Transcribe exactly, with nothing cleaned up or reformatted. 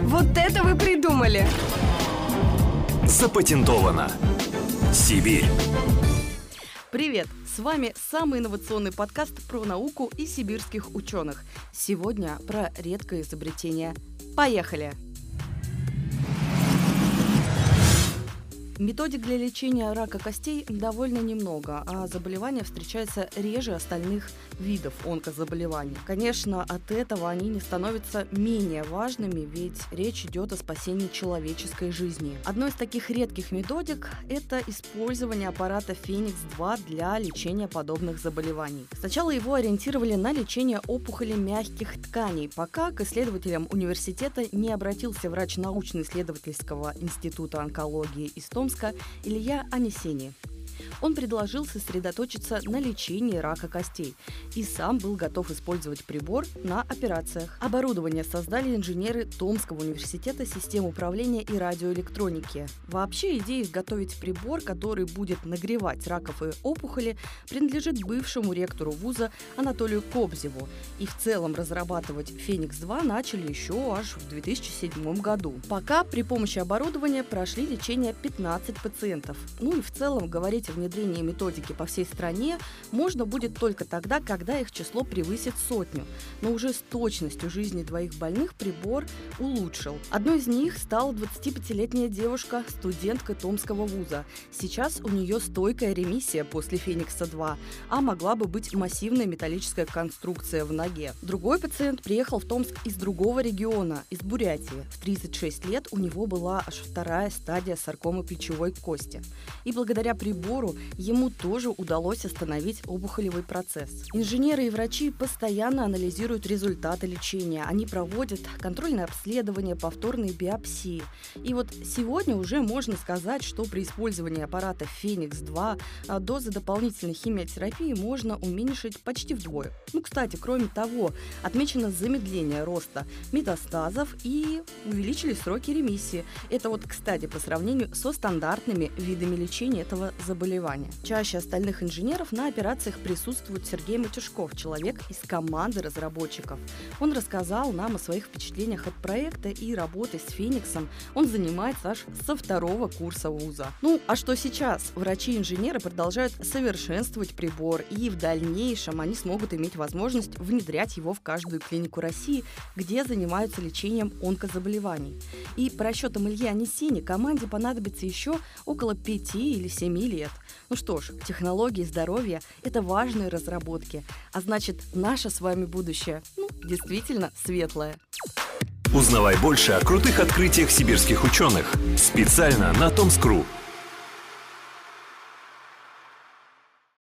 Вот это вы придумали! Запатентовано. Сибирь. Привет! С вами самый инновационный подкаст про науку и сибирских ученых. Сегодня про редкое изобретение. Поехали! Методик для лечения рака костей довольно немного, а заболевания встречаются реже остальных видов онкозаболеваний. Конечно, от этого они не становятся менее важными, ведь речь идет о спасении человеческой жизни. Одной из таких редких методик – это использование аппарата Феникс два для лечения подобных заболеваний. Сначала его ориентировали на лечение опухолей мягких тканей, пока к исследователям университета не обратился врач научно-исследовательского института онкологии из Томска Илья Анисени. Он предложил сосредоточиться на лечении рака костей и сам был готов использовать прибор на операциях. Оборудование создали инженеры Томского университета систем управления и радиоэлектроники. Вообще идея изготовить прибор, который будет нагревать раковые опухоли, принадлежит бывшему ректору вуза Анатолию Кобзеву. И в целом разрабатывать Феникс два начали еще аж в две тысячи седьмом году. Пока при помощи оборудования прошли лечение пятнадцать пациентов. Ну и в целом говорить о внедрении методики по всей стране можно будет только тогда, когда их число превысит сотню. Но уже с точностью жизни двоих больных прибор улучшил. Одной из них стала двадцатипятилетняя девушка, студентка Томского вуза. Сейчас у нее стойкая ремиссия после Феникса два, а могла бы быть массивная металлическая конструкция в ноге. Другой пациент приехал в Томск из другого региона, из Бурятии. В тридцать шесть лет у него была аж вторая стадия саркомы плечевой кости. И благодаря прибору ему тоже удалось остановить опухолевый процесс. Инженеры и врачи постоянно анализируют результаты лечения. Они проводят контрольные обследования, повторные биопсии. И вот сегодня уже можно сказать, что при использовании аппарата Феникс два дозы дополнительной химиотерапии можно уменьшить почти вдвое. Ну, кстати, кроме того, отмечено замедление роста метастазов и увеличились сроки ремиссии. Это вот, кстати, по сравнению со стандартными видами лечения этого заболевания. Чаще остальных инженеров на операциях присутствует Сергей Матюшков, человек из команды разработчиков. Он рассказал нам о своих впечатлениях от проекта и работы с Фениксом. Он занимается аж со второго курса вуза. Ну, а что сейчас? Врачи и инженеры продолжают совершенствовать прибор, и в дальнейшем они смогут иметь возможность внедрять его в каждую клинику России, где занимаются лечением онкозаболеваний. И по расчетам Ильи Анисени команде понадобится еще около пяти или семи лет. Ну что ж, технологии здоровья – это важные разработки, а значит, наше с вами будущее, ну, действительно светлое. Узнавай больше о крутых открытиях сибирских ученых специально на Томск точка ру.